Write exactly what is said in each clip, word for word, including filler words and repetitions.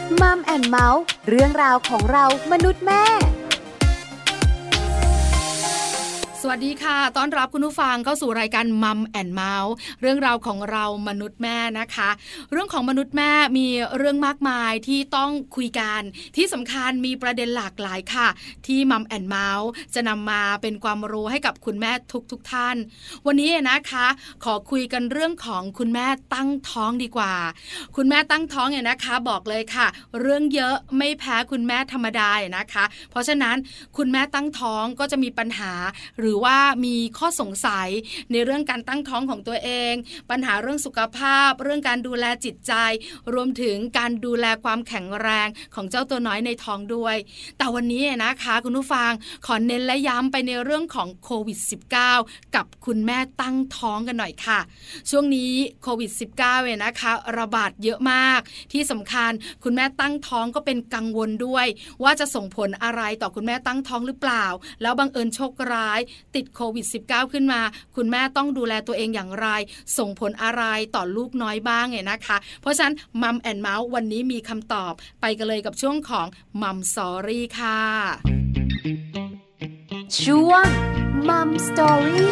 มัมแอนด์เมาส์เรื่องราวของเรามนุษย์แม่สวัสดีค่ะต้อนรับคุณผู้ฟังเข้าสู่รายการมัมแอนด์เมาส์เรื่องราวของเรามนุษย์แม่นะคะเรื่องของมนุษย์แม่มีเรื่องมากมายที่ต้องคุยกันที่สำคัญมีประเด็นหลากหลายค่ะที่มัมแอนด์เมาส์จะนำมาเป็นความรู้ให้กับคุณแม่ทุกๆ ท่านวันนี้นะคะขอคุยกันเรื่องของคุณแม่ตั้งท้องดีกว่าคุณแม่ตั้งท้องเนี่ยนะคะบอกเลยค่ะเรื่องเยอะไม่แพ้คุณแม่ธรรมดานะคะเพราะฉะนั้นคุณแม่ตั้งท้องก็จะมีปัญหาหรือว่ามีข้อสงสัยในเรื่องการตั้งท้องของตัวเองปัญหาเรื่องสุขภาพเรื่องการดูแลจิตใจรวมถึงการดูแลความแข็งแรงของเจ้าตัวน้อยในท้องด้วยแต่วันนี้นะคะคุณผู้ฟังขอเน้นและย้ำไปในเรื่องของโควิด สิบเก้า กับคุณแม่ตั้งท้องกันหน่อยค่ะช่วงนี้โควิด สิบเก้า เนี่ยนะคะระบาดเยอะมากที่สำคัญคุณแม่ตั้งท้องก็เป็นกังวลด้วยว่าจะส่งผลอะไรต่อคุณแม่ตั้งท้องหรือเปล่าแล้วบังเอิญโชคร้ายติดโควิด สิบเก้า ขึ้นมาคุณแม่ต้องดูแลตัวเองอย่างไรส่งผลอะไรต่อลูกน้อยบ้างเนี่ยนะคะเพราะฉะนั้นมัมแอนด์เมาส์วันนี้มีคำตอบไปกันเลยกับช่วงของมัมสตอรี่ค่ะช่วงมัมสตอรี่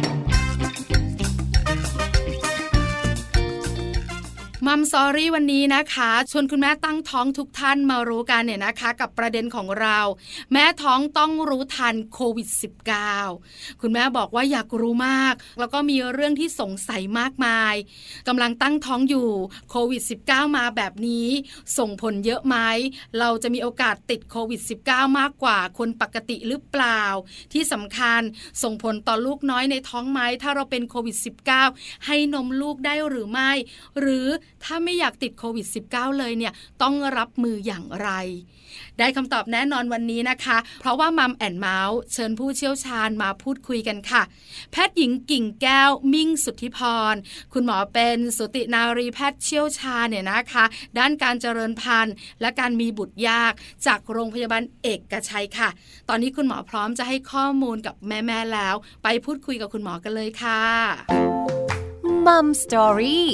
มัมสอรี่วันนี้นะคะชวนคุณแม่ตั้งท้องทุกท่านมารู้กันเนี่ยนะคะกับประเด็นของเราแม่ท้องต้องรู้ทันโควิด สิบเก้า คุณแม่บอกว่าอยากรู้มากแล้วก็มีเรื่องที่สงสัยมากมายกำลังตั้งท้องอยู่โควิด สิบเก้า มาแบบนี้ส่งผลเยอะไหมเราจะมีโอกาสติดโควิด สิบเก้า มากกว่าคนปกติหรือเปล่าที่สำคัญส่งผลต่อลูกน้อยในท้องไหมถ้าเราเป็นโควิด สิบเก้า ให้นมลูกได้หรือไม่หรือถ้าไม่อยากติดโควิด สิบเก้า เลยเนี่ยต้องรับมืออย่างไรได้คำตอบแน่นอนวันนี้นะคะเพราะว่ามัมแอนด์เมาส์เชิญผู้เชี่ยวชาญมาพูดคุยกันค่ะแพทย์หญิงกิ่งแก้วมิ่งสุทธิพรคุณหมอเป็นสูตินารีแพทย์เชี่ยวชาญเนี่ยนะคะด้านการเจริญพันธุ์และการมีบุตรยากจากโรงพยาบาลเอกชัยค่ะตอนนี้คุณหมอพร้อมจะให้ข้อมูลกับแม่ๆแล้วไปพูดคุยกับคุณหมอกันเลยค่ะมัมสตอรี่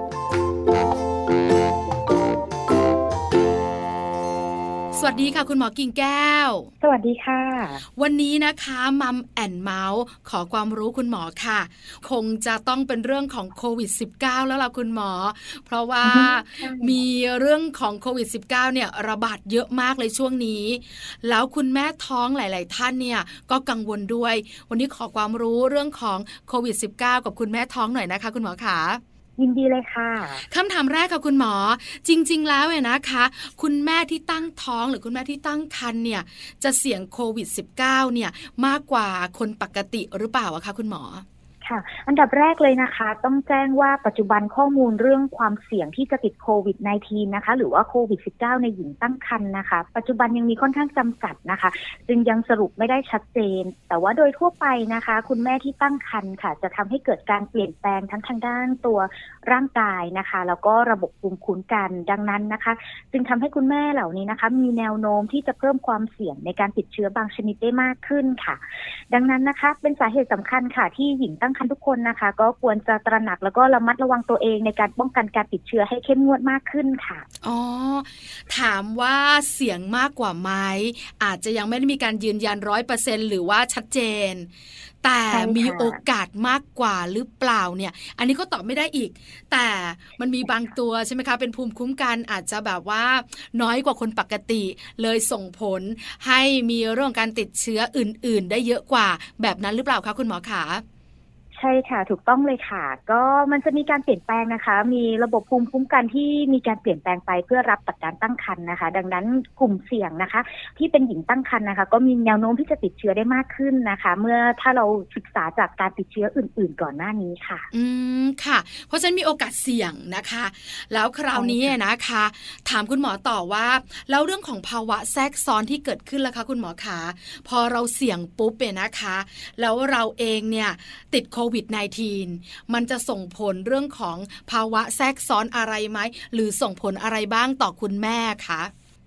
สวัสดีค่ะคุณหมอกิ่งแก้วสวัสดีค่ะวันนี้นะคะมัมแอนด์เมาส์ขอความรู้คุณหมอค่ะคงจะต้องเป็นเรื่องของโควิด สิบเก้า แล้วล่ะคุณหมอเพราะว่ามีเรื่องของโควิด สิบเก้า เนี่ยระบาดเยอะมากเลยช่วงนี้แล้วคุณแม่ท้องหลายๆท่านเนี่ยก็กังวลด้วยวันนี้ขอความรู้เรื่องของโควิด สิบเก้า กับคุณแม่ท้องหน่อยนะคะคุณหมอขายินดีเลยค่ะคำถามแรกค่ะคุณหมอจริงๆแล้วเนี่ยนะคะคุณแม่ที่ตั้งท้องหรือคุณแม่ที่ตั้งครรภ์เนี่ยจะเสี่ยงโควิด สิบเก้า เนี่ยมากกว่าคนปกติหรือเปล่าอะคะคุณหมอค่ะอันดับแรกเลยนะคะต้องแจ้งว่าปัจจุบันข้อมูลเรื่องความเสี่ยงที่จะติดโควิด สิบเก้า นะคะหรือว่าโควิด สิบเก้า ในหญิงตั้งครรภ์นะคะปัจจุบันยังมีค่อนข้างจำกัดนะคะจึงยังสรุปไม่ได้ชัดเจนแต่ว่าโดยทั่วไปนะคะคุณแม่ที่ตั้งครรภ์ค่ะจะทำให้เกิดการเปลี่ยนแปลงทั้งทางด้านตัวร่างกายนะคะแล้วก็ระบบภูมิคุ้มกันดังนั้นนะคะจึงทำให้คุณแม่เหล่านี้นะคะมีแนวโน้มที่จะเพิ่มความเสี่ยงในการติดเชื้อบางชนิดได้มากขึ้นค่ะดังนั้นนะคะเป็นสาเหตุสำคัญค่ะที่หญิงตั้งครรภ์ทุกคนนะคะก็ควรจะตระหนักแล้วก็ระมัดระวังตัวเองในการป้องกันการติดเชื้อให้เข้มงวดมากขึ้นค่ะอ๋อถามว่าเสี่ยงมากกว่าไหมอาจจะยังไม่ได้มีการยืนยัน ร้อยเปอร์เซ็นต์ หรือว่าชัดเจนแต่มีโอกาสมากกว่าหรือเปล่าเนี่ยอันนี้ก็ตอบไม่ได้อีกแต่มันมีบางตัวใช่ไหมคะเป็นภูมิคุ้มกันอาจจะแบบว่าน้อยกว่าคนปกติเลยส่งผลให้มีเรื่องการติดเชื้ออื่นๆได้เยอะกว่าแบบนั้นหรือเปล่าคะคุณหมอขาใช่ค่ะถูกต้องเลยค่ะก็มันจะมีการเปลี่ยนแปลงนะคะมีระบบภูมิคุ้มกันที่มีการเปลี่ยนแปลงไปเพื่อรับกับการตั้งครรภ์นะคะดังนั้นกลุ่มเสี่ยงนะคะที่เป็นหญิงตั้งครรภ์นะคะก็มีแนวโน้มที่จะติดเชื้อได้มากขึ้นนะคะเมื่อถ้าเราศึกษาจากการติดเชื้ออื่นๆก่อนหน้านี้ค่ะอืมค่ะเพราะฉะนั้นมีโอกาสเสี่ยงนะคะแล้วคราวนี้นะคะถามคุณหมอต่อว่าแล้วเรื่องของภาวะแทรกซ้อนที่เกิดขึ้นล่ะคะคุณหมอขาพอเราเสี่ยงปุ๊บเนี่ยนะคะแล้วเราเองเนี่ยติดโควิด สิบเก้า มันจะส่งผลเรื่องของภาวะแทรกซ้อนอะไรไหมหรือส่งผลอะไรบ้างต่อคุณแม่คะ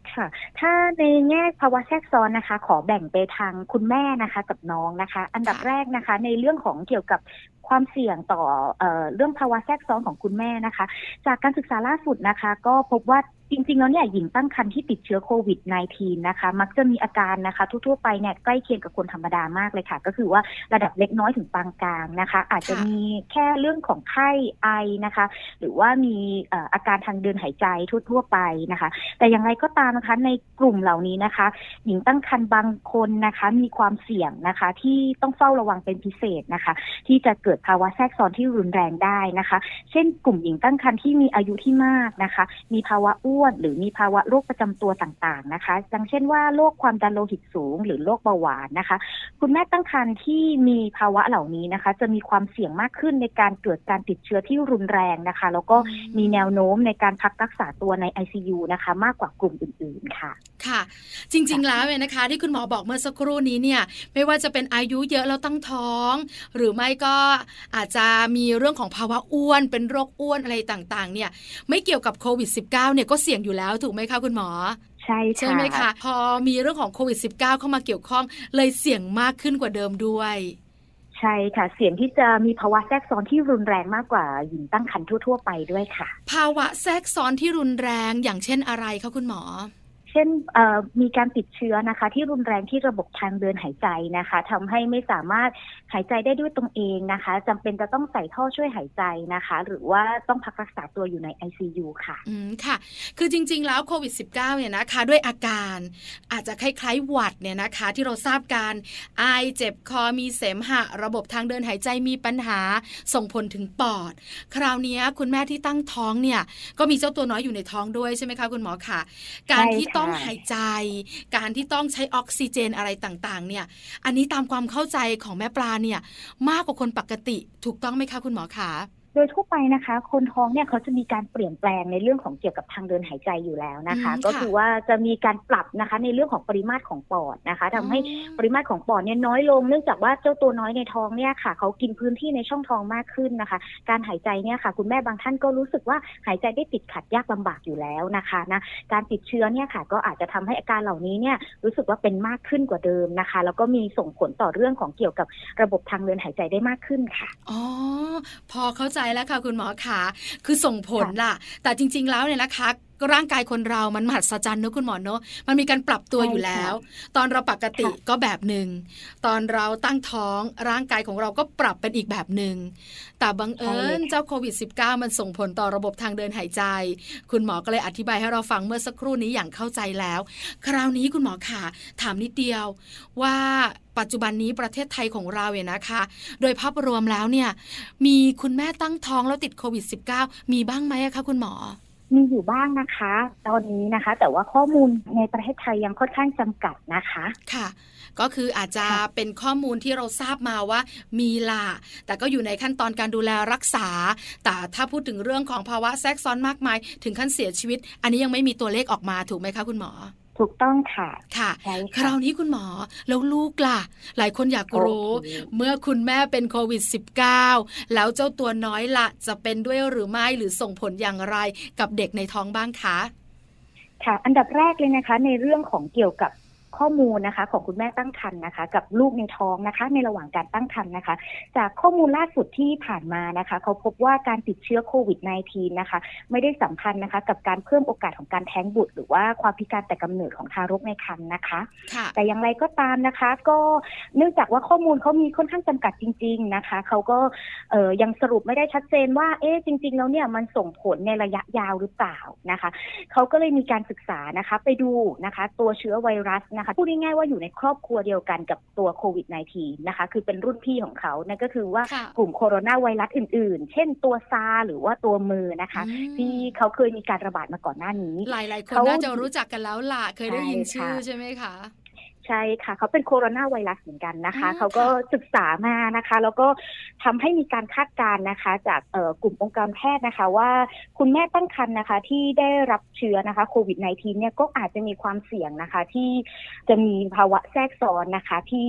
ค่ะถ้าในแง่ภาวะแทรกซ้อนนะคะขอแบ่งไปทางคุณแม่นะคะกับน้องนะคะอันดับแรกนะคะในเรื่องของเกี่ยวกับความเสี่ยงต่อเอ่อเรื่องภาวะแทรกซ้อนของคุณแม่นะคะจากการศึกษาล่าสุดนะคะก็พบว่าจริงๆแล้วเนี่ยหญิงตั้งครรภ์ที่ติดเชื้อโควิด สิบเก้า นะคะมักจะมีอาการนะคะทั่วๆไปเนี่ยใกล้เคียงกับคนธรรมดามากเลยค่ะก็คือว่าระดับเล็กน้อยถึงปานกลางนะคะอาจจะมีแค่เรื่องของไข้ไอนะคะหรือว่ามีเอ่ออาการทางเดินหายใจทั่วๆไปนะคะแต่อย่างไรก็ตามนะคะในกลุ่มเหล่านี้นะคะหญิงตั้งครรภ์บางคนนะคะมีความเสี่ยงนะคะที่ต้องเฝ้าระวังเป็นพิเศษนะคะที่จะเกิดภาวะแทรกซ้อนที่รุนแรงได้นะคะเช่นกลุ่มหญิงตั้งครรภ์ที่มีอายุที่มากนะคะมีภาวะอ้วนหรือมีภาวะโรคประจำตัวต่างๆนะคะอย่างเช่นว่าโรคความดันโลหิตสูงหรือโรคเบาหวานนะคะคุณแม่ตั้งครรภ์ที่มีภาวะเหล่านี้นะคะจะมีความเสี่ยงมากขึ้นในการเกิดการติดเชื้อที่รุนแรงนะคะแล้วก็มีแนวโน้มในการพักรักษาตัวใน ไอ ซี ยู นะคะมากกว่ากลุ่มอื่นๆค่ะค่ะจริงๆแล้วเนี่ยนะคะที่คุณหมอบอกเมื่อสักครู่นี้เนี่ยไม่ว่าจะเป็นอายุเยอะแล้วตั้งท้องหรือไม่ก็อาจจะมีเรื่องของภาวะอ้วนเป็นโรคอ้วนอะไรต่างๆเนี่ยไม่เกี่ยวกับโควิด สิบเก้า เนี่ยก็เสี่ยงอยู่แล้วถูกไหมคะคุณหมอใช่ใช่ไหมคะพอมีเรื่องของโควิด สิบเก้า เข้ามาเกี่ยวข้องเลยเสี่ยงมากขึ้นกว่าเดิมด้วยใช่ค่ะเสี่ยงที่จะมีภาวะแทรกซ้อนที่รุนแรงมากกว่าหญิงตั้งครรภ์ทั่วๆไปด้วยค่ะภาวะแทรกซ้อนที่รุนแรงอย่างเช่นอะไรคะคุณหมอเช่นมีการติดเชื้อนะคะที่รุนแรงที่ระบบทางเดินหายใจนะคะทำให้ไม่สามารถหายใจได้ด้วยตนเองนะคะจำเป็นจะต้องใส่ท่อช่วยหายใจนะคะหรือว่าต้องพักรักษาตัวอยู่ใน ไอ ซี ยู ค่ะอืมค่ะคือจริงๆแล้วโควิด สิบเก้า เนี่ยนะคะด้วยอาการอาจจะคล้ายๆหวัดเนี่ยนะคะที่เราทราบกันไอเจ็บคอมีเสมหะระบบทางเดินหายใจมีปัญหาส่งผลถึงปอดคราวนี้คุณแม่ที่ตั้งท้องเนี่ยก็มีเจ้าตัวน้อยอยู่ในท้องด้วยใช่ไหมคะคุณหมอค่ะการที่ต้องหายใจการที่ต้องใช้ออกซิเจนอะไรต่างๆเนี่ยอันนี้ตามความเข้าใจของแม่ปลาเนี่ยมากกว่าคนปกติถูกต้องไหมคะคุณหมอคะโดยทั่วไปนะคะคนท้องเนี่ยเขาจะมีการเปลี่ยนแปลงในเรื่องของเกี่ยวกับทางเดินหายใจอยู่แล้วนะคะก็คือว่าจะมีการปรับนะคะในเรื่องของปริมาตรของปอดนะคะทำให้ปริมาตรของปอดเนี่ยน้อยลงเนื่องจากว่าเจ้าตัวน้อยในท้องเนี่ยค่ะเขากินพื้นที่ในช่องท้องมากขึ้นนะคะการหายใจเนี่ยค่ะคุณแม่บางท่านก็รู้สึกว่าหายใจได้ติดขัดยากลำบากอยู่แล้วนะคะนะการติดเชื้อเนี่ยค่ะก็อาจจะทำให้อาการเหล่านี้เนี่ยรู้สึกว่าเป็นมากขึ้นกว่าเดิมนะคะแล้วก็มีส่งผลต่อเรื่องของเกี่ยวกับระบบทางเดินหายใจได้มากขึ้นค่ะอ๋อพอเข้าใจแล้วค่ะคุณหมอขาคือส่งผลล่ะแต่จริงๆแล้วเนี่ยนะคะร่างกายคนเรามันมหัศจรรย์เนอะคุณหมอเนอะมันมีการปรับตัวอยู่แล้วตอนเราปกติก็แบบหนึ่งตอนเราตั้งท้องร่างกายของเราก็ปรับเป็นอีกแบบหนึ่งแต่บังเอิญเจ้าโควิด สิบเก้า มันส่งผลต่อระบบทางเดินหายใจคุณหมอก็เลยอธิบายให้เราฟังเมื่อสักครู่นี้อย่างเข้าใจแล้วคราวนี้คุณหมอขาถามนิดเดียวว่าปัจจุบันนี้ประเทศไทยของเราเนี่ยนะคะโดยภาพรวมแล้วเนี่ยมีคุณแม่ตั้งท้องแล้วติดโควิด สิบเก้า มีบ้างไหมคะคุณหมอมีอยู่บ้างนะคะตอนนี้นะคะแต่ว่าข้อมูลในประเทศไทยยังค่อนข้างจำกัดนะคะค่ะก็คืออาจจะเป็นข้อมูลที่เราทราบมาว่ามีล่ะแต่ก็อยู่ในขั้นตอนการดูแลรักษาแต่ถ้าพูดถึงเรื่องของภาวะแทรกซ้อนมากมายถึงขั้นเสียชีวิตอันนี้ยังไม่มีตัวเลขออกมาถูกไหมคะคุณหมอถูกต้องค่ะค่ะคราวนี้คุณหมอแล้วลูกล่ะหลายคนอยากรู้เมื่อคุณแม่เป็นโควิด สิบเก้า แล้วเจ้าตัวน้อยล่ะจะเป็นด้วยหรือไม่หรือส่งผลอย่างไรกับเด็กในท้องบ้างคะค่ะอันดับแรกเลยนะคะในเรื่องของเกี่ยวกับข้อมูลนะคะของคุณแม่ตั้งครรภ์นะคะกับลูกในท้องนะคะในระหว่างการตั้งครรภ์นะคะจากข้อมูลล่าสุดที่ผ่านมานะคะเขาพบว่าการติดเชื้อโควิด สิบเก้า นะคะไม่ได้สัมพันธ์นะคะกับการเพิ่มโอกาสของการแท้งบุตรหรือว่าความพิการแต่กำเนิดของทารกในครรภ์นะคะแต่อย่างไรก็ตามนะคะก็เนื่องจากว่าข้อมูลเขามีค่อนข้างจำกัดจริงๆนะคะเขาก็เอ่อยังสรุปไม่ได้ชัดเจนว่าเอ๊ะจริงๆแล้วเนี่ยมันส่งผลในระยะยาวหรือเปล่านะคะเขาก็เลยมีการศึกษานะคะไปดูนะคะตัวเชื้อไวรัสนะคะพูดง่ายๆว่าอยู่ในครอบครัวเดียวกันกับตัวโควิด สิบเก้า นะคะคือเป็นรุ่นพี่ของเขานั่นก็คือว่ากลุ่มโคโรนาไวรัสอื่นๆเช่นตัวซาร์หรือว่าตัวมือนะคะที่เขาเคยมีการระบาดมาก่อนหน้านี้หลายๆคนน่าจะรู้จักกันแล้วล่ะเคยได้ยินชื่อใช่ไหมคะใช่ค่ะเขาเป็นโคโรนาไวรัสเหมือนกันนะคะเขาก็ศึกษามานะคะแล้วก็ทำให้มีการคาดการณ์นะคะจากกลุ่มองค์การแพทย์นะคะว่าคุณแม่ตั้งครรภ์นะคะที่ได้รับเชื้อนะคะโควิด สิบเก้า เนี่ยก็อาจจะมีความเสี่ยงนะคะที่จะมีภาวะแทรกซ้อนนะคะที่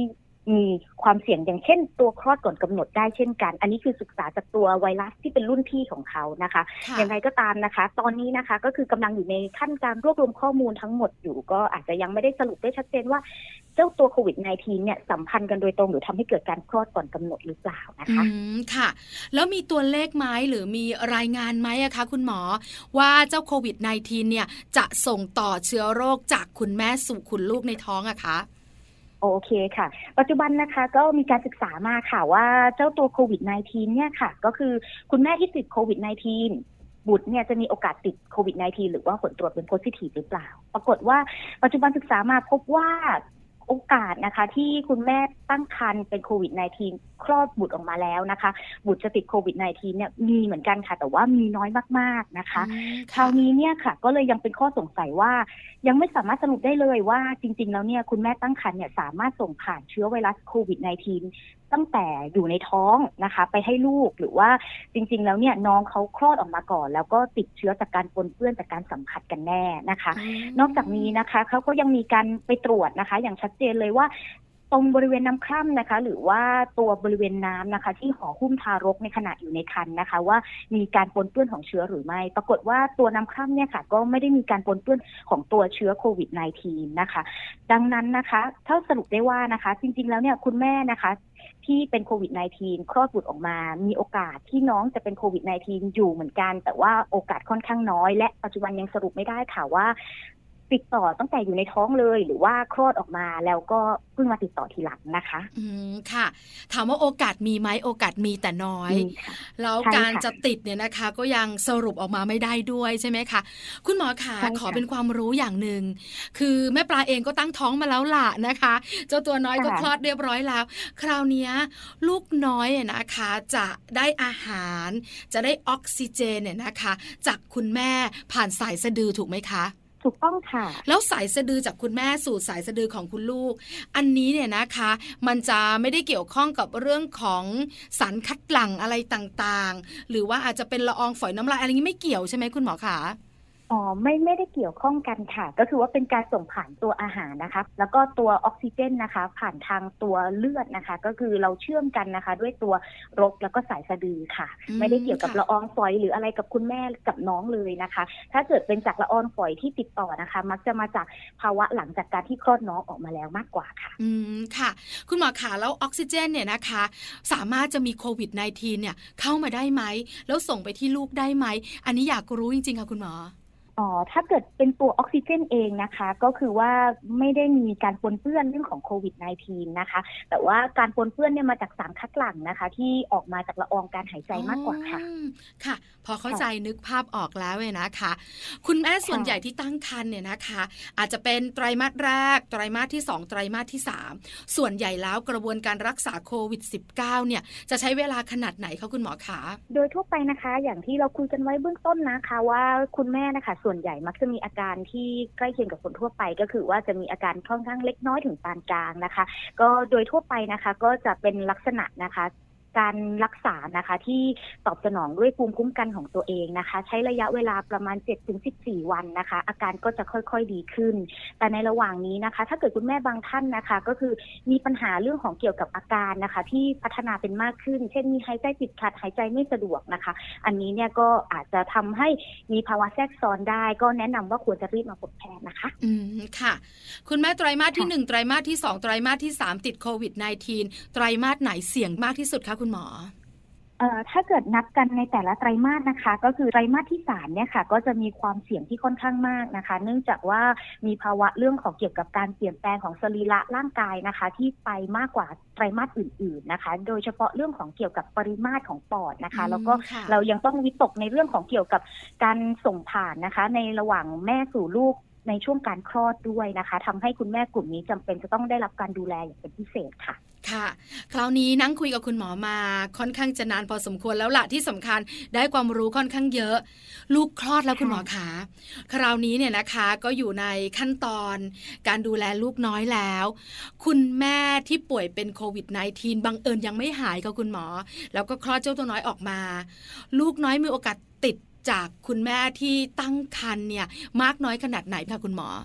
มีความเสี่ยงอย่างเช่นตัวคลอดก่อนกำหนดได้เช่นกันอันนี้คือศึกษาจากตัวไวรัสที่เป็นรุ่นพี่ของเขานะคะอย่างไรก็ตามนะคะตอนนี้นะคะก็คือกำลังอยู่ในขั้นการรวบรวมข้อมูลทั้งหมดอยู่ก็อาจจะยังไม่ได้สรุปได้ชัดเจนว่าเจ้าตัวโควิด สิบเก้า เนี่ยสัมพันธ์กันโดยตรงหรือทำให้เกิดการคลอดก่อนกำหนดหรือเปล่านะคะอืมค่ะแล้วมีตัวเลขไหมหรือมีรายงานไหมอะคะคุณหมอว่าเจ้าโควิด สิบเก้า เนี่ยจะส่งต่อเชื้อโรคจากคุณแม่สู่คุณลูกในท้องอะคะโอเคค่ะปัจจุบันนะคะก็มีการศึกษามาค่ะว่าเจ้าตัวโควิด สิบเก้า เนี่ยค่ะก็คือคุณแม่ที่ติดโควิด สิบเก้า บุตรเนี่ยจะมีโอกาสติดโควิด สิบเก้า หรือว่าผลตรวจเป็นโพซิทีฟหรือเปล่าปรากฏว่าปัจจุบันศึกษามาพบว่าโอกาสนะคะที่คุณแม่ตั้งครรภ์เป็นโควิด สิบเก้า คลอดบุตรออกมาแล้วนะคะบุตรจะติดโควิด สิบเก้า เนี่ยมีเหมือนกันค่ะแต่ว่ามีน้อยมากๆนะคะคราวนี้เนี่ยค่ะก็เลยยังเป็นข้อสงสัยว่ายังไม่สามารถสรุปได้เลยว่าจริงๆแล้วเนี่ยคุณแม่ตั้งครรภ์เนี่ยสามารถส่งผ่านเชื้อไวรัสโควิด สิบเก้า ตั้งแต่อยู่ในท้องนะคะไปให้ลูกหรือว่าจริงๆแล้วเนี่ยน้องเขาคลอดออกมาก่อนแล้วก็ติดเชื้อจากการปนเปื้อนจากการสัมผัสกันแน่นะคะนอกจากนี้นะคะเขาก็ยังมีการไปตรวจนะคะอย่างชัดเจนเลยว่าตรงบริเวณน้ำคร่ำนะคะหรือว่าตัวบริเวณน้ำนะคะที่ห่อหุ้มทารกในขณะอยู่ในครรภ์นะคะว่ามีการปนเปื้อนของเชื้อหรือไม่ปรากฏว่าตัวน้ำคร่ำเนี่ยค่ะก็ไม่ได้มีการปนเปื้อนของตัวเชื้อโควิด สิบเก้า นะคะดังนั้นนะคะถ้าสรุปได้ว่านะคะจริงๆแล้วเนี่ยคุณแม่นะคะที่เป็นโควิด สิบเก้า คลอดบุตรออกมามีโอกาสที่น้องจะเป็นโควิด สิบเก้า อยู่เหมือนกันแต่ว่าโอกาสค่อนข้างน้อยและปัจจุบันยังสรุปไม่ได้ค่ะว่าติดต่อตั้งแต่อยู่ในท้องเลยหรือว่าคลอดออกมาแล้วก็เพิ่งมาติดต่อทีหลังนะคะอืมค่ะถามว่าโอกาสมีไหมโอกาสมีแต่น้อยแล้วการจะติดเนี่ยนะคะก็ยังสรุปออกมาไม่ได้ด้วยใช่ไหมคะคุณหมอขาขอเป็นความรู้อย่างหนึ่งคือแม่ปลาเองก็ตั้งท้องมาแล้วล่ะนะคะเจ้าตัวน้อยก็คลอดเรียบร้อยแล้วคราวนี้ลูกน้อยนะคะจะได้อาหารจะได้ออกซิเจนเนี่ยนะคะจากคุณแม่ผ่านสายสะดือถูกไหมคะถูกต้องค่ะแล้วสายสะดือจากคุณแม่สู่สายสะดือของคุณลูกอันนี้เนี่ยนะคะมันจะไม่ได้เกี่ยวข้องกับเรื่องของสารคัดหลั่งอะไรต่างๆหรือว่าอาจจะเป็นละอองฝอยน้ำลายอะไรนี้ไม่เกี่ยวใช่ไหมคุณหมอคะอ๋อไม่ไม่ได้เกี่ยวข้องกันค่ะก็คือว่าเป็นการส่งผ่านตัวอาหารนะคะแล้วก็ตัวออกซิเจนนะคะผ่านทางตัวเลือดนะคะก็คือเราเชื่อมกันนะคะด้วยตัวรกแล้วก็สายสะดือค่ะไม่ได้เกี่ยวกับละอองฝอยหรืออะไรกับคุณแม่กับน้องเลยนะคะถ้าเกิดเป็นจากละอองฝอยที่ติดต่อนะคะมักจะมาจากภาวะหลังจากการที่คลอดน้องออกมาแล้วมากกว่าค่ะอืมค่ะคุณหมอขาแล้วออกซิเจนเนี่ยนะคะสามารถจะมีโควิด สิบเก้า เนี่ยเข้ามาได้ไหมแล้วส่งไปที่ลูกได้ไหมอันนี้อยากรู้จริงๆค่ะคุณหมออ๋อถ้าเกิดเป็นตัวออกซิเจนเองนะคะก็คือว่าไม่ได้มีการปนเปื้อนเรื่องของโควิด สิบเก้า นะคะแต่ว่าการปนเปื้อนเนี่ยมาจากสารคัดหลั่งนะคะที่ออกมาจากละอองการหายใจมากกว่าค่ะค่ะพอเข้าใจนึกภาพออกแล้วเลยนะคะคุณแม่ส่วนใหญ่ที่ตั้งครรภ์เนี่ยนะคะอาจจะเป็นไตรมาสแรกไตรมาสที่สองไตรมาสที่สามส่วนใหญ่แล้วกระบวนการรักษาโควิด สิบเก้า เนี่ยจะใช้เวลาขนาดไหนคะคุณหมอคะโดยทั่วไปนะคะอย่างที่เราคุยกันไว้เบื้องต้นนะคะว่าคุณแม่นะคะส่วนใหญ่มักจะมีอาการที่ใกล้เคียงกับคนทั่วไปก็คือว่าจะมีอาการค่อนข้างเล็กน้อยถึงปานกลางนะคะก็โดยทั่วไปนะคะก็จะเป็นลักษณะนะคะการรักษานะคะที่ตอบสนองด้วยภูมิคุ้มกันของตัวเองนะคะใช้ระยะเวลาประมาณ เจ็ดถึงสิบสี่ วันนะคะอาการก็จะค่อยๆดีขึ้นแต่ในระหว่างนี้นะคะถ้าเกิดคุณแม่บางท่านนะคะก็คือมีปัญหาเรื่องของเกี่ยวกับอาการนะคะที่พัฒนาเป็นมากขึ้นเช่นมีหายใจติดขัดหายใจไม่สะดวกนะคะอันนี้เนี่ยก็อาจจะทำให้มีภาวะแทรกซ้อนได้ก็แนะนำว่าควรจะรีบมาพบแพทย์นะคะอืมค่ะคุณแม่ไตรมาสที่หนึ่งไตรมาสที่สองไตรมาสที่สามติดโควิด สิบเก้า ไตรมาสไหนเสี่ยงมากที่สุดคะคุณหมอเอ่อถ้าเกิดนับกันในแต่ละไตรมาสนะคะก็คือไตรมาสที่สามเนี่ยค่ะก็จะมีความเสี่ยงที่ค่อนข้างมากนะคะเนื่องจากว่ามีภาวะเรื่องของเกี่ยวกับการเปลี่ยนแปลงของสรีระร่างกายนะคะที่ไปมากกว่าไตรมาสอื่นๆนะคะโดยเฉพาะเรื่องของเกี่ยวกับปริมาตรของปอดนะคะแล้วก็เรายังต้องวิตกในเรื่องของเกี่ยวกับการส่งผ่านนะคะในระหว่างแม่สู่ลูกในช่วงการคลอดด้วยนะคะทำให้คุณแม่กลุ่มนี้จำเป็นจะต้องได้รับการดูแลอย่างเป็นพิเศษค่ะค่ะคราวนี้นั่งคุยกับคุณหมอมาค่อนข้างจะนานพอสมควรแล้วล่ะที่สำคัญได้ความรู้ค่อนข้างเยอะลูกคลอดแล้วคุณหมอขาคราวนี้เนี่ยนะคะก็อยู่ในขั้นตอนการดูแลลูกน้อยแล้วคุณแม่ที่ป่วยเป็นโควิด สิบเก้า บังเอิญยังไม่หายค่ะคุณหมอแล้วก็คลอดเจ้าตัวน้อยออกมาลูกน้อยมีโอกาสติดจากคุณแม่ที่ตั้งครรภ์เนี่ยมากน้อยขนาดไหนคะคุณหมอ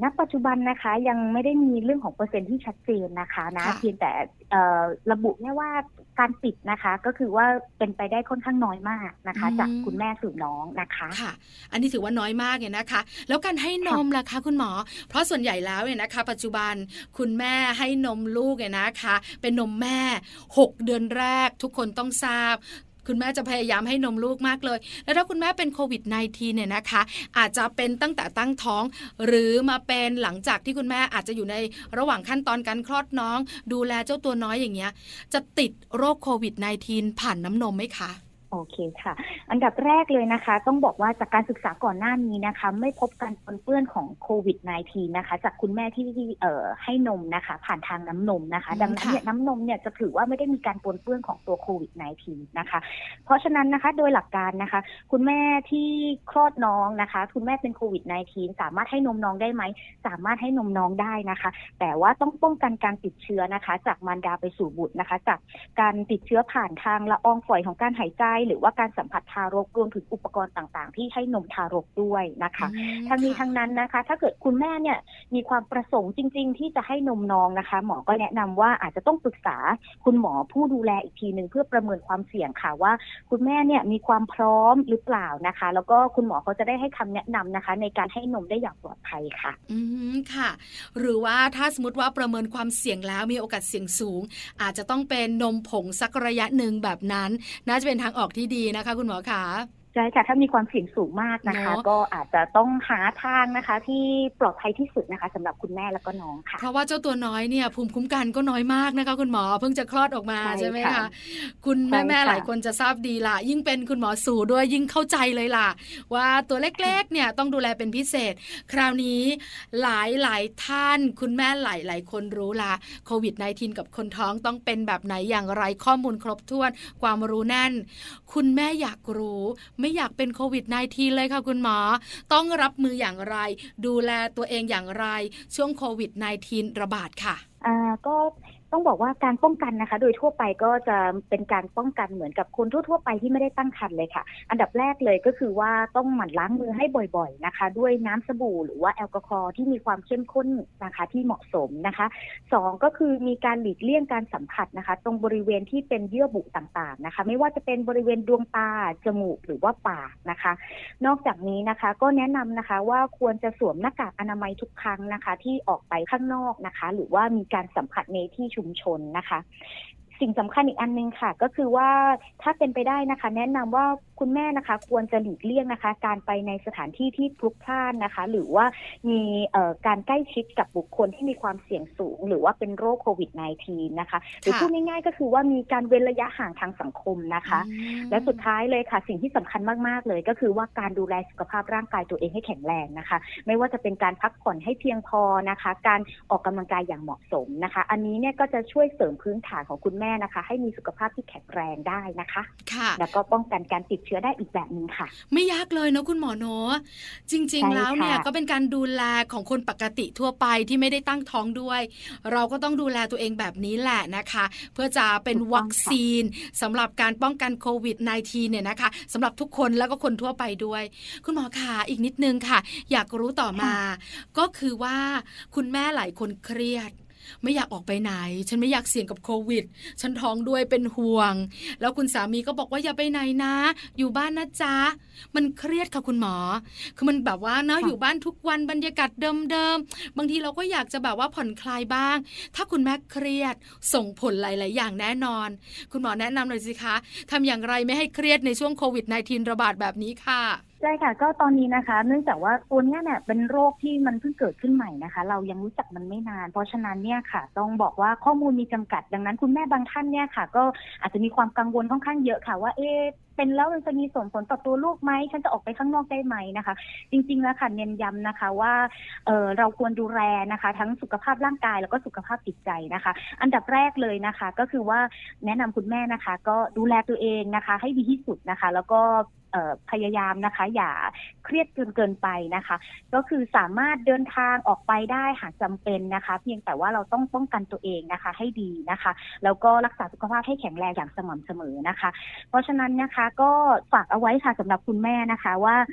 ณปัจจุบันนะคะยังไม่ได้มีเรื่องของเปอร์เซ็นต์ที่ชัดเจนนะคะนะเพียงแต่ระบุแค่ว่าการติดนะคะก็คือว่าเป็นไปได้ค่อนข้างน้อยมากนะคะจากคุณแม่สู่น้องนะคะค่ะอันนี้ถือว่าน้อยมากเนี่ยนะคะแล้วการให้นมล่ะคะคุณหมอเพราะส่วนใหญ่แล้วเนี่ยนะคะปัจจุบันคุณแม่ให้นมลูกเนี่ยนะคะเป็นนมแม่หกเดือนแรกทุกคนต้องทราบคุณแม่จะพยายามให้นมลูกมากเลยแล้วถ้าคุณแม่เป็นโควิด สิบเก้า เนี่ยนะคะอาจจะเป็นตั้งแต่ตั้งท้องหรือมาเป็นหลังจากที่คุณแม่อาจจะอยู่ในระหว่างขั้นตอนการคลอดน้องดูแลเจ้าตัวน้อยอย่างเงี้ยจะติดโรคโควิด สิบเก้า ผ่านน้ำนมไหมคะโอเคค่ะอันดับแรกเลยนะคะต้องบอกว่าจากการศึกษาก่อนหน้านี้นะคะไม่พบการปนเปื้อนของโควิด สิบเก้า นะคะจากคุณแม่ที่เอ่อให้นมนะคะผ่านทางน้ำนมนะคะดังนั้นเนี่ยน้ำนมเนี่ยจะถือว่าไม่ได้มีการปนเปื้อนของตัวโควิด สิบเก้า นะคะเพราะฉะนั้นนะคะโดยหลักการนะคะคุณแม่ที่คลอดน้องนะคะคุณแม่เป็นโควิด สิบเก้า สามารถให้นมน้องได้ไหมสามารถให้นมน้องได้นะคะแต่ว่าต้องป้องกันการติดเชื้อนะคะจากมารดาไปสู่บุตรนะคะจากการติดเชื้อผ่านทางละอองฝอยของการหายใจหรือว่าการสัมผัสทารกรวมถึงอุปกรณ์ต่างๆที่ให้นมทารกด้วยนะคะทั้งนี้ทั้งนั้นนะคะถ้าเกิดคุณแม่เนี่ยมีความประสงค์จริงๆที่จะให้นมน้องนะคะหมอก็แนะนำว่าอาจจะต้องปรึกษาคุณหมอผู้ดูแลอีกทีนึงเพื่อประเมินความเสี่ยงค่ะว่าคุณแม่เนี่ยมีความพร้อมหรือเปล่านะคะแล้วก็คุณหมอเขาจะได้ให้คำแนะนำนะคะในการให้นมได้อย่างปลอดภัยค่ะอืมค่ะหรือว่าถ้าสมมติว่าประเมินความเสี่ยงแล้วมีโอกาสเสี่ยงสูงอาจจะต้องเป็นนมผงสักระยะหนึ่งแบบนั้นน่าจะเป็นทางออกที่ดีนะคะคุณหมอคะใช่ค่ะถ้ามีความเสี่ยงสูงมากนะคะก็อาจจะต้องหาทางนะคะที่ปลอดภัยที่สุดนะคะสำหรับคุณแม่แล้วก็น้องค่ะเพราะว่าเจ้าตัวน้อยเนี่ยภูมิคุ้มกันก็น้อยมากนะคะคุณหมอเพิ่งจะคลอดออกมาใช่ไหมคะคุณแม่ๆหลายคนจะทราบดีล่ะยิ่งเป็นคุณหมอสู่ด้วยยิ่งเข้าใจเลยล่ะว่าตัวเล็กๆเนี่ยต้องดูแลเป็นพิเศษคราวนี้หลายหลายท่านคุณแม่หลายหลายคนรู้ละโควิด สิบเก้า กับคนท้องต้องเป็นแบบไหนอย่างไรข้อมูลครบถ้วนความรู้แน่นคุณแม่อยากรู้ไม่อยากเป็นโควิด สิบเก้า เลยค่ะคุณหมอต้องรับมืออย่างไรดูแลตัวเองอย่างไรช่วงโควิด สิบเก้า ระบาดค่ะอ่าก็ต้องบอกว่าการป้องกันนะคะโดยทั่วไปก็จะเป็นการป้องกันเหมือนกับคนทั่วๆไปที่ไม่ได้ตั้งครรภ์เลยค่ะอันดับแรกเลยก็คือว่าต้องหมั่นล้างมือให้บ่อยๆนะคะด้วยน้ำสบู่หรือว่าแอลกอฮอล์ที่มีความเข้มข้นนะคะที่เหมาะสมนะคะสองก็คือมีการหลีกเลี่ยงการสัมผัสนะคะตรงบริเวณที่เป็นเยื่อบุต่างๆนะคะไม่ว่าจะเป็นบริเวณดวงตาจมูกหรือว่าปากนะคะนอกจากนี้นะคะก็แนะนำนะคะว่าควรจะสวมหน้ากากอนามัยทุกครั้งนะคะที่ออกไปข้างนอกนะคะหรือว่ามีการสัมผัสในที่ชุมชนนะคะสิ่งสำคัญอีกอันนึงค่ะก็คือว่าถ้าเป็นไปได้นะคะแนะนำว่าคุณแม่นะคะควรจะหลีกเลี่ยงนะคะการไปในสถานที่ที่พลุกพล่านนะคะหรือว่ามีการใกล้ชิดกับบุคคลที่มีความเสี่ยงสูงหรือว่าเป็นโรคโควิด สิบเก้า นะคะหรือพูดง่ายๆก็คือว่ามีการเว้นระยะห่างทางสังคมนะคะและสุดท้ายเลยค่ะสิ่งที่สำคัญมากๆเลยก็คือว่าการดูแลสุขภาพร่างกายตัวเองให้แข็งแรงนะคะไม่ว่าจะเป็นการพักผ่อนให้เพียงพอนะคะการออกกำลังกายอย่างเหมาะสมนะคะอันนี้เนี่ยก็จะช่วยเสริมพื้นฐานของคุณแม่นะคะให้มีสุขภาพที่แข็งแรงได้นะคะค่ะแล้วก็ป้องกันการติดเชื้อได้อีกแบบนึงค่ะไม่ยากเลยเนาะคุณหมอเนาะจริงๆแล้วเนี่ยก็เป็นการดูแลของคนปกติทั่วไปที่ไม่ได้ตั้งท้องด้วยเราก็ต้องดูแลตัวเองแบบนี้แหละนะคะเพื่อจะเป็นวัคซีนสำหรับการป้องกันโควิด สิบเก้า เนี่ยนะคะสำหรับทุกคนแล้วก็คนทั่วไปด้วยคุณหมอคะอีกนิดนึงค่ะอยากรู้ต่อมาก็คือว่าคุณแม่หลายคนเครียดไม่อยากออกไปไหนฉันไม่อยากเสี่ยงกับโควิดฉันท้องด้วยเป็นห่วงแล้วคุณสามีก็บอกว่าอย่าไปไหนนะอยู่บ้านนะจ๊ะมันเครียดค่ะคุณหมอคือมันแบบว่าเนาะอยู่บ้านทุกวันบรรยากาศเดิมๆบางทีเราก็อยากจะแบบว่าผ่อนคลายบ้างถ้าคุณแม่เครียดส่งผลหลายๆอย่างแน่นอนคุณหมอแนะนำหน่อยสิคะทำอย่างไรไม่ให้เครียดในช่วงโควิด สิบเก้า ระบาดแบบนี้ค่ะใช่ค่ะก็ตอนนี้นะคะเนื่องจากว่าตัวนี้เนี่ยเป็นโรคที่มันเพิ่งเกิดขึ้นใหม่นะคะเรายังรู้จักมันไม่นานเพราะฉะนั้นเนี่ยค่ะต้องบอกว่าข้อมูลมีจำกัดดังนั้นคุณแม่บางท่านเนี่ยค่ะก็อาจจะมีความกังวลค่อนข้างเยอะค่ะว่าเอ๊ะเป็นแล้วมันจะมีส่งผลต่อตัวลูกไหมฉันจะออกไปข้างนอกได้ไหมนะคะจริงๆแล้วค่ะเน้นย้ำนะคะว่าเออเราควรดูแลนะคะทั้งสุขภาพร่างกายแล้วก็สุขภาพจิตใจนะคะอันดับแรกเลยนะคะก็คือว่าแนะนำคุณแม่นะคะก็ดูแลตัวเองนะคะให้ดีที่สุดนะคะแล้วก็พยายามนะคะอย่าเครียดจนเกินไปนะคะก็คือสามารถเดินทางออกไปได้หากจำเป็นนะคะเพียงแต่ว่าเราต้องป้องกันตัวเองนะคะให้ดีนะคะแล้วก็รักษาสุขภาพให้แข็งแรงอย่างสม่ำเสมอนะคะเพราะฉะนั้นนะคะก็ฝากเอาไว้ค่ะสำหรับคุณแม่นะคะว่า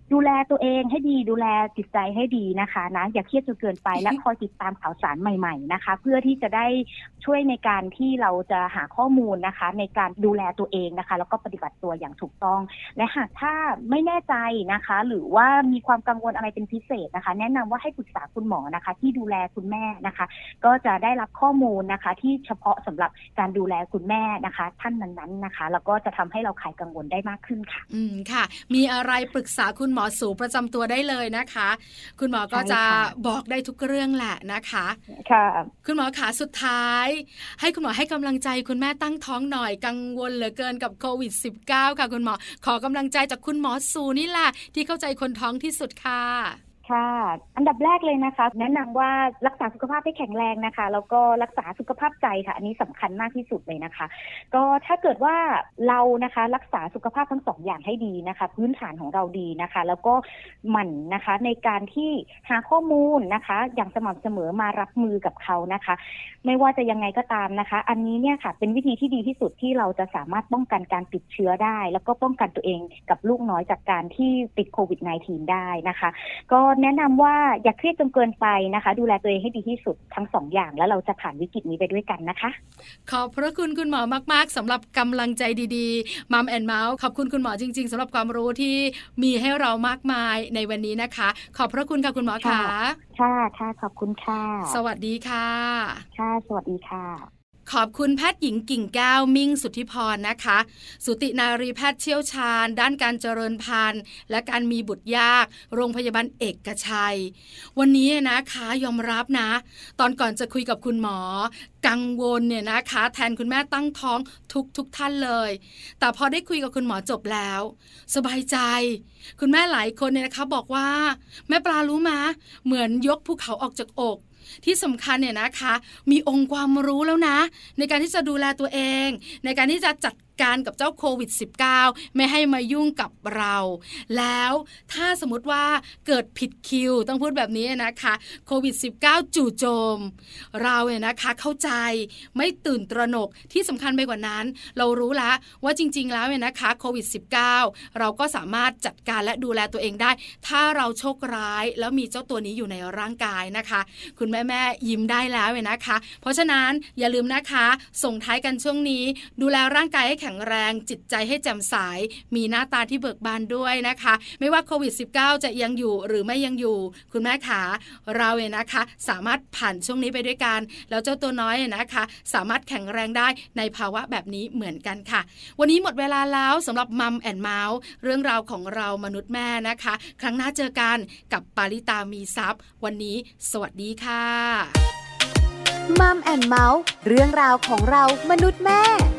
ดูแลตัวเองให้ดีดูแลจิตใจให้ดีนะคะนะอย่าเครียดจนเกินไปและคอยติดตามข่าวสารใหม่ๆนะคะเพื่อที่จะได้ช่วยในการที่เราจะหาข้อมูลนะคะในการดูแลตัวเองนะคะแล้วก็ปฏิบัติตัวอย่างถูกต้องและหากถ้าไม่แน่ใจนะคะหรือว่ามีความกังวลอะไรเป็นพิเศษนะคะแนะนำว่าให้ปรึกษาคุณหมอนะคะที่ดูแลคุณแม่นะคะก็จะได้รับข้อมูลนะคะที่เฉพาะสำหรับการดูแลคุณแม่นะคะท่านนั้นๆนะคะแล้วก็จะทำให้เราคลายกังวลได้มากขึ้นค่ะอืมค่ะมีอะไรปรึกษาคุณหมอสูประจำตัวได้เลยนะคะคุณหมอก็จะบอกได้ทุกเรื่องแหละนะคะค่ะคุณหมอขาสุดท้ายให้คุณหมอให้กำลังใจคุณแม่ตั้งท้องหน่อยกังวลเหลือเกินกับโควิด สิบเก้า ค่ะคุณหมอขอกำลังใจจากคุณหมอสูนี่แหละที่เข้าใจคนท้องที่สุดค่ะค่ะอันดับแรกเลยนะคะแนะนำว่ารักษาสุขภาพให้แข็งแรงนะคะแล้วก็รักษาสุขภาพใจค่ะอันนี้สำคัญมากที่สุดเลยนะคะก็ถ้าเกิดว่าเรานะคะรักษาสุขภาพทั้งสองอย่างให้ดีนะคะพื้นฐานของเราดีนะคะแล้วก็หมั่นนะคะในการที่หาข้อมูลนะคะอย่างสม่ำเสมอมารับมือกับเขานะคะไม่ว่าจะยังไงก็ตามนะคะอันนี้เนี่ยค่ะเป็นวิธีที่ดีที่สุดที่เราจะสามารถป้องกันการติดเชื้อได้แล้วก็ป้องกันตัวเองกับลูกน้อยจากการที่ติดโควิด สิบเก้า ได้นะคะก็แนะนำว่าอย่าเครียดจนเกินไปนะคะดูแลตัวเองให้ดีที่สุดทั้งสองอย่างแล้วเราจะผ่านวิกฤตนี้ไปด้วยกันนะคะขอบพระคุณคุณหมอมากๆสำหรับกำลังใจดีๆมัมแอนด์เมาส์ขอบคุณคุณหมอจริงๆสำหรับความรู้ที่มีให้เรามากมายในวันนี้นะคะขอบพระคุณค่ะคุณหมอค่ะค่ะค่ะขอบคุณค่ะสวัสดีค่ะค่ะสวัสดีค่ะขอบคุณแพทย์หญิงกิ่งแก้วมิ่งสุทธิพรนะคะสูตินารีแพทย์เชี่ยวชาญด้านการเจริญพันธุ์และการมีบุตรยากโรงพยาบาลเอกชัยวันนี้นะคะยอมรับนะตอนก่อนจะคุยกับคุณหมอกังวลเนี่ยนะคะแทนคุณแม่ตั้งท้องทุกทุกท่านเลยแต่พอได้คุยกับคุณหมอจบแล้วสบายใจคุณแม่หลายคนเนี่ยนะคะบอกว่าแม่ปลารู้มาเหมือนยกภูเขาออกจากอกที่สำคัญเนี่ยนะคะมีองค์ความรู้แล้วนะในการที่จะดูแลตัวเองในการที่จะจัดการกับเจ้าโควิด สิบเก้า ไม่ให้มายุ่งกับเราแล้วถ้าสมมติว่าเกิดผิดคิวต้องพูดแบบนี้นะคะโควิด สิบเก้า จู่โจมเราเนี่ยนะคะเข้าใจไม่ตื่นตระหนกที่สำคัญไปกว่านั้นเรารู้แล้วว่าจริงๆแล้วเนี่ยนะคะโควิด สิบเก้า เราก็สามารถจัดการและดูแลตัวเองได้ถ้าเราโชคร้ายแล้วมีเจ้าตัวนี้อยู่ในร่างกายนะคะคุณแม่ๆยิ้มได้แล้วเนี่ยนะคะเพราะฉะนั้นอย่าลืมนะคะส่งท้ายกันช่วงนี้ดูแลร่างกายให้แข็งแรงจิตใจให้แจ่มใสมีหน้าตาที่เบิกบานด้วยนะคะไม่ว่าโควิด สิบเก้า จะยังอยู่หรือไม่ยังอยู่คุณแม่ขาเราเนี่ยนะคะสามารถผ่านช่วงนี้ไปด้วยกันแล้วเจ้าตัวน้อยเนี่ยนะคะสามารถแข็งแรงได้ในภาวะแบบนี้เหมือนกันค่ะวันนี้หมดเวลาแล้วสำหรับมัมแอนด์เมาส์เรื่องราวของเรามนุษย์แม่นะคะครั้งหน้าเจอกันกับปาริตามีทรัพย์วันนี้สวัสดีค่ะมัมแอนด์เมาส์เรื่องราวของเรามนุษย์แม่